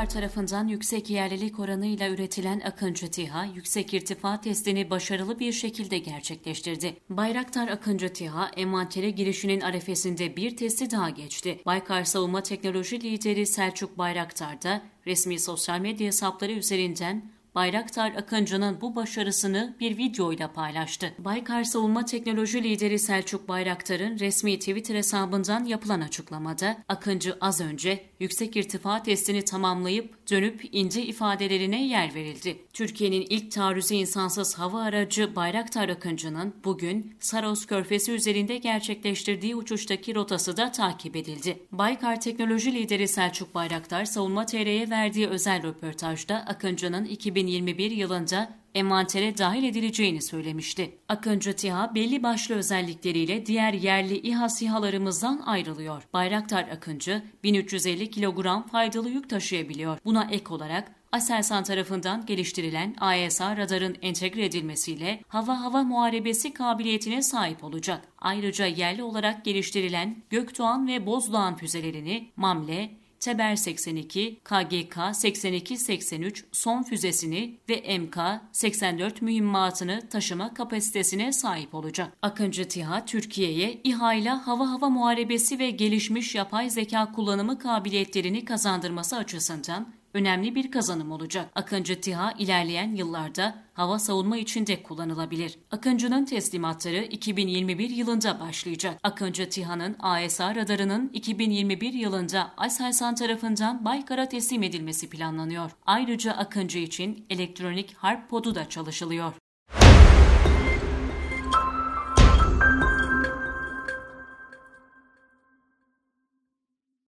Bayraktar tarafından yüksek yerlilik oranıyla üretilen Akıncı TİHA, yüksek irtifa testini başarılı bir şekilde gerçekleştirdi. Bayraktar Akıncı TİHA, envantere girişinin arefesinde bir testi daha geçti. Baykar Savunma Teknoloji Lideri Selçuk Bayraktar da resmi sosyal medya hesapları üzerinden Bayraktar Akıncı'nın bu başarısını bir videoyla paylaştı. Baykar Savunma Teknoloji Lideri Selçuk Bayraktar'ın resmi Twitter hesabından yapılan açıklamada, Akıncı az önce yüksek irtifa testini tamamlayıp dönüp indi ifadelerine yer verildi. Türkiye'nin ilk taarruzi insansız hava aracı Bayraktar Akıncı'nın bugün Saros Körfezi üzerinde gerçekleştirdiği uçuştaki rotası da takip edildi. Baykar Teknoloji Lideri Selçuk Bayraktar, Savunma TR'ye verdiği özel röportajda Akıncı'nın 2021 yılında envantere dahil edileceğini söylemişti. Akıncı TİHA belli başlı özellikleriyle diğer yerli İHA SİHA'larımızdan ayrılıyor. Bayraktar Akıncı 1350 kilogram faydalı yük taşıyabiliyor. Buna ek olarak Aselsan tarafından geliştirilen AESA radarın entegre edilmesiyle hava muharebesi kabiliyetine sahip olacak. Ayrıca yerli olarak geliştirilen Gökdoğan ve Bozdoğan füzelerini MAMLE, Teber 82, KGK 82-83 son füzesini ve MK-84 mühimmatını taşıma kapasitesine sahip olacak. Akıncı TİHA, Türkiye'ye İHA ile hava muharebesi ve gelişmiş yapay zeka kullanımı kabiliyetlerini kazandırması açısından önemli bir kazanım olacak. Akıncı TİHA ilerleyen yıllarda hava savunma için de kullanılabilir. Akıncı'nın teslimatları 2021 yılında başlayacak. Akıncı TİHA'nın AESA radarının 2021 yılında Aselsan tarafından Baykar'a teslim edilmesi planlanıyor. Ayrıca Akıncı için elektronik harp podu da çalışılıyor.